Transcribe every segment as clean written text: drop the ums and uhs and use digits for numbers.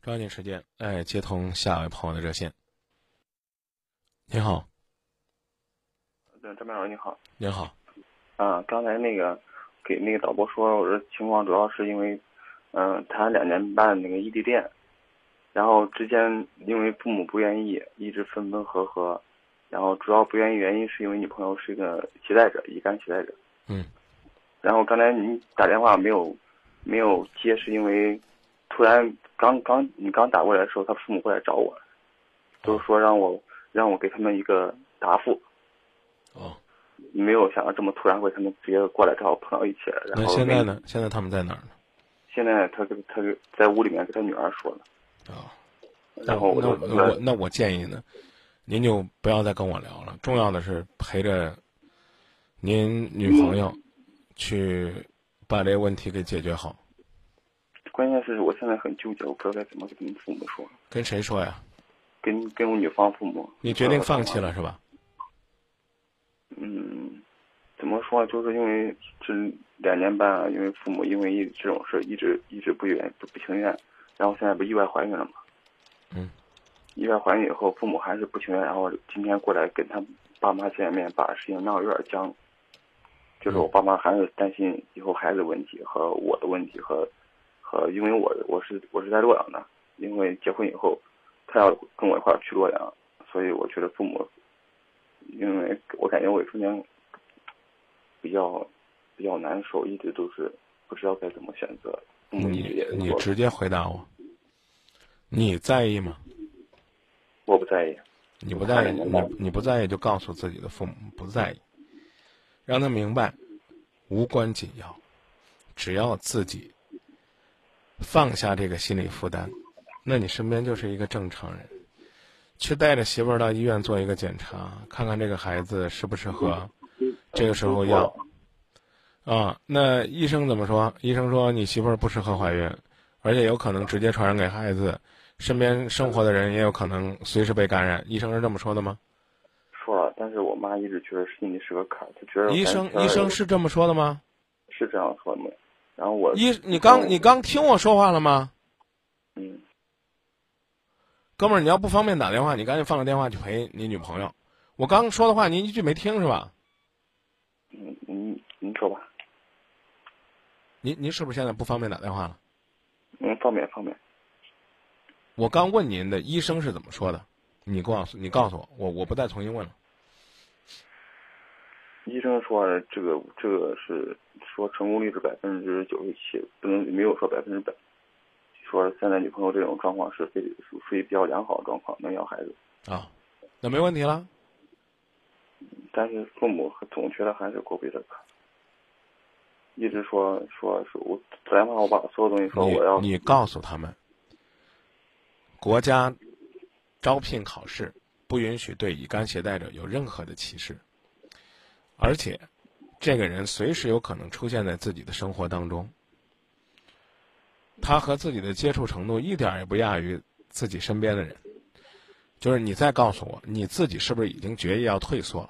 抓紧时间，接通下位朋友的热线。你好， 张班长你好。 您好。 刚才给导播说，我这情况主要是因为，谈2年半异地恋，然后之间因为父母不愿意，一直分分合合，然后主要不愿意原因是因为女朋友是一个携带者，乙肝携带者。然后刚才你打电话没有接，是因为突然你刚打过来的时候，他父母过来找我，就是说让我给他们一个答复。没有想到这么突然会他们直接过来正好碰到一起了。然后那现在呢？现在他们在哪儿呢？ 现在他在屋里面跟他女儿说了。然后我建议呢，您就不要再跟我聊了。重要的是陪着您女朋友去把这个问题给解决好。 关键是我现在很纠结，我不知道该怎么跟他们父母说。 跟谁说呀？ 跟我女方父母。 你决定放弃了是吧？ 怎么说？就是因为这2年半，因为父母因为这种事一直不情愿，然后现在不意外怀孕了嘛。意外怀孕以后，父母还是不情愿，然后今天过来跟他爸妈见面，把事情闹有点僵。就是我爸妈还是担心以后孩子问题和我的问题和因为我是在洛阳的，因为结婚以后他要跟我一块儿去洛阳，所以我觉得父母，因为我感觉我中间比较难受，一直都是不知道该怎么选择。 你直接回答我，你在意吗？ 我不在意。 你不在意，你不在意就告诉自己的父母不在意，让他明白无关紧要，只要自己放下这个心理负担，那你身边就是一个正常人。去带着媳妇儿到医院做一个检查，看看这个孩子适不适合，这个时候要那医生怎么说？医生说你媳妇儿不适合怀孕，而且有可能直接传染给孩子，身边生活的人也有可能随时被感染。医生是这么说的吗？ 说了，但是我妈一直觉得心里是个坎，她觉得医生是这么说的吗？ 是这样说的。然后你刚听我说话了吗？哥们儿，你要不方便打电话，你赶紧放了电话去陪你女朋友。我刚说的话您一句没听是吧？ 您说吧。 您是不是现在不方便打电话了？ 方便。 我刚问您的医生是怎么说的，你告诉我，我不再重新问了。 医生说这个是说成功率是97%，不能没有说100%。说现在女朋友这种状况是属于比较良好的状况，能要孩子。 那没问题了。 但是父母总觉得还是过不去这坎，一直说我打电话，我把所有东西说我要。 你告诉他们，国家招聘考试不允许对乙肝携带者有任何的歧视，而且这个人随时有可能出现在自己的生活当中，他和自己的接触程度一点也不亚于自己身边的人。就是你再告诉我，你自己是不是已经决意要退缩了？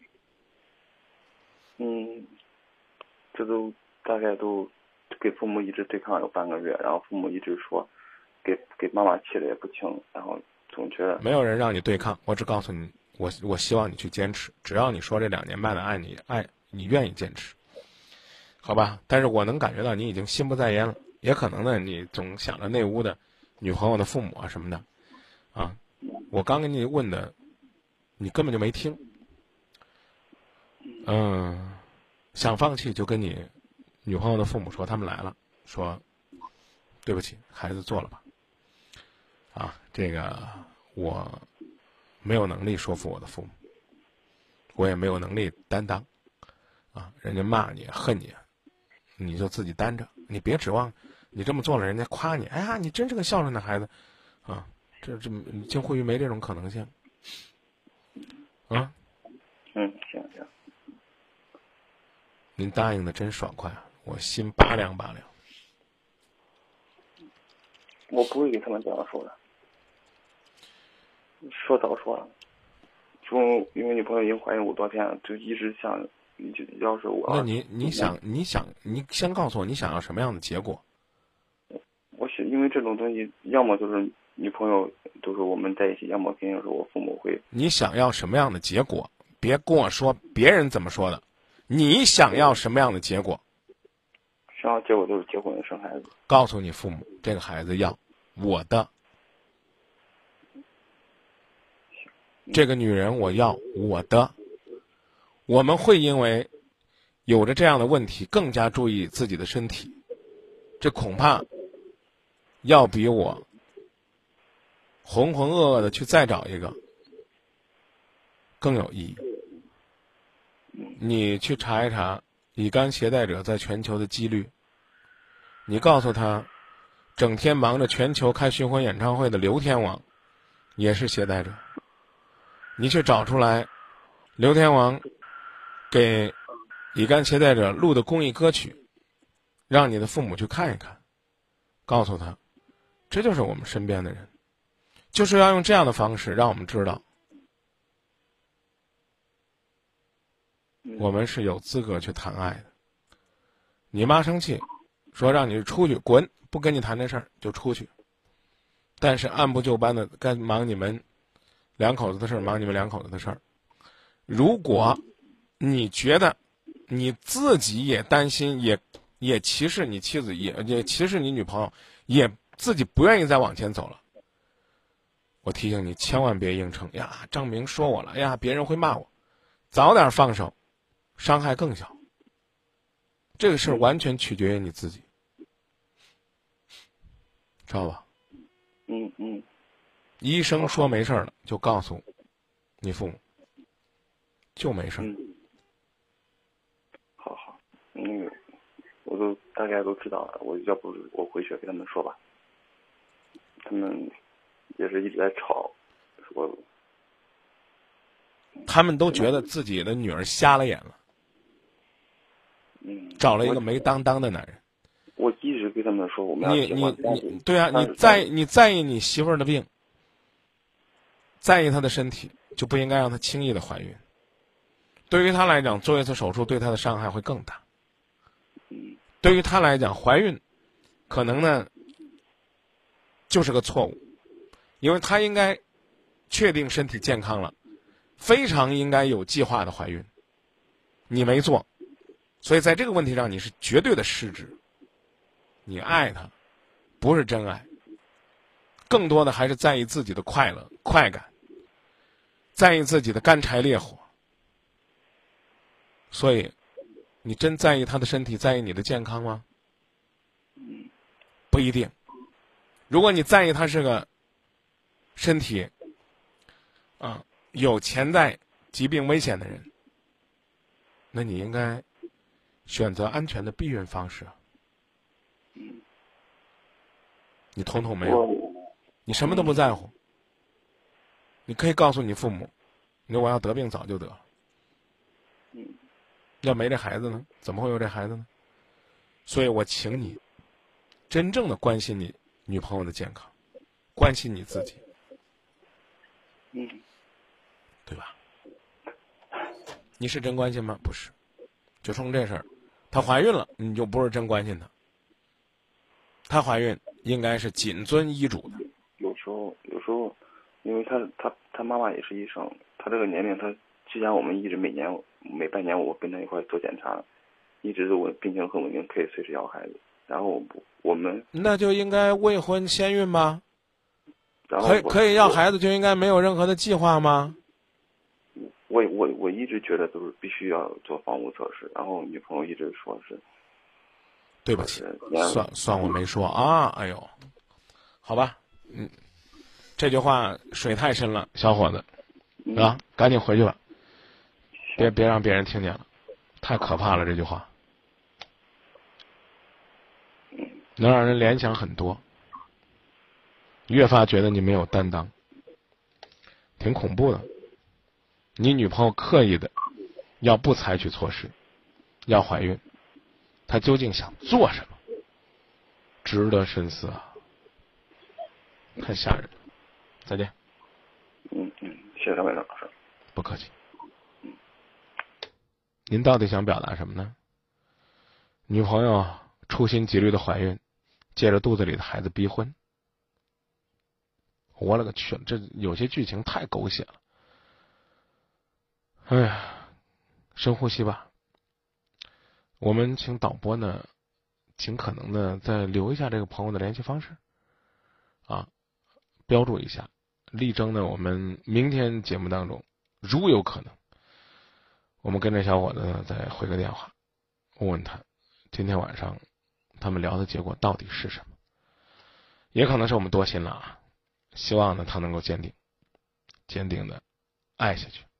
这都大概都给父母一直对抗有半个月，然后父母一直说给妈妈气的也不轻，然后总觉得没有人让你对抗，我只告诉你，我希望你去坚持，只要你说这2年半的爱你愿意坚持，好吧？但是我能感觉到你已经心不在焉了，也可能呢，你总想着那屋的女朋友的父母啊什么的，我刚跟你问的，你根本就没听。想放弃就跟你女朋友的父母说，他们来了，说对不起，孩子做了吧。这个我没有能力说服我的父母，我也没有能力担当。人家骂你恨你，你就自己担着，你别指望你这么做了，人家夸你，哎呀，你真是个孝顺的孩子，这竟会没这种可能性。 行。 您答应的真爽快，我心拔凉。 我不会给他们这样说的，说早说了。因为女朋友已经怀孕5多天了，就一直想，要是我。 那你先告诉我你想要什么样的结果？ 因为这种东西，要么就是女朋友都是我们在一起，要么肯定是我父母会。 你想要什么样的结果？别跟我说别人怎么说的，你想要什么样的结果？ 想要结果就是结婚生孩子。 告诉你父母，这个孩子要我的，这个女人我要我的。我们会因为有着这样的问题，更加注意自己的身体，这恐怕要比我浑浑噩噩的去再找一个更有意义。你去查一查乙肝携带者在全球的几率，你告诉他，整天忙着全球开巡回演唱会的刘天王也是携带者。你去找出来刘天王给乙肝携带者录的公益歌曲，让你的父母去看一看，告诉他，这就是我们身边的人，就是要用这样的方式让我们知道，我们是有资格去谈爱的。你妈生气，说让你出去滚，不跟你谈这事儿就出去，但是按部就班的该忙你们两口子的事儿，忙你们两口子的事儿。如果你觉得你自己也担心，也歧视你妻子，也歧视你女朋友，也自己不愿意再往前走了，我提醒你千万别硬撑呀！张明说我了呀，别人会骂我，早点放手，伤害更小。这个事儿完全取决于你自己，知道吧？医生说没事了，就告诉你父母，就没事。 好，那个我都大概都知道了，我要不我回去跟他们说吧。他们也是一直在吵，说他们都觉得自己的女儿瞎了眼了，找了一个没担当的男人。 我一直跟他们说我们要结婚。 你对啊，你在意你媳妇儿的病，在意她的身体，就不应该让她轻易的怀孕。对于她来讲，做一次手术对她的伤害会更大。对于她来讲，怀孕可能呢就是个错误，因为她应该确定身体健康了，非常应该有计划的怀孕，你没做，所以在这个问题上你是绝对的失职。你爱他，不是真爱，更多的还是在意自己的快乐、快感，在意自己的干柴烈火。所以，你真在意他的身体，在意你的健康吗？不一定。如果你在意他是个身体有潜在疾病危险的人，那你应该选择安全的避孕方式。你统统没有，你什么都不在乎。你可以告诉你父母，你说我要得病早就得了，要没这孩子呢，怎么会有这孩子呢？所以我请你真正的关心你女朋友的健康，关心你自己，对吧？你是真关心吗？不是，就冲这事儿，她怀孕了，你就不是真关心她。她怀孕应该是谨遵医嘱的。 有时候，因为他妈妈也是医生，他这个年龄，他之前我们一直每半年我跟他一块做检查，一直都病情很稳定，可以随时要孩子。然后我们那就应该未婚先孕吗？ 然后可以要孩子就应该没有任何的计划吗？ 我一直觉得都是必须要做房屋测试，然后女朋友一直说是。 对不起，算我没说啊！哎呦，好吧，这句话水太深了，小伙子，啊，赶紧回去吧，别让别人听见了，太可怕了，这句话能让人联想很多，越发觉得你没有担当，挺恐怖的。你女朋友刻意的要不采取措施，要怀孕。他究竟想做什么？值得深思啊！太吓人了。再见。 谢谢张伟老师。 不客气。您到底想表达什么呢？女朋友处心积虑的怀孕， 借着肚子里的孩子逼婚。我勒个去，这有些剧情太狗血了。哎呀，深呼吸吧。我们请导播呢，尽可能的再留一下这个朋友的联系方式，啊，标注一下，力争呢我们明天节目当中，如有可能，我们跟这小伙子呢再回个电话，问问他今天晚上他们聊的结果到底是什么。也可能是我们多心了啊，希望呢他能够坚定的爱下去。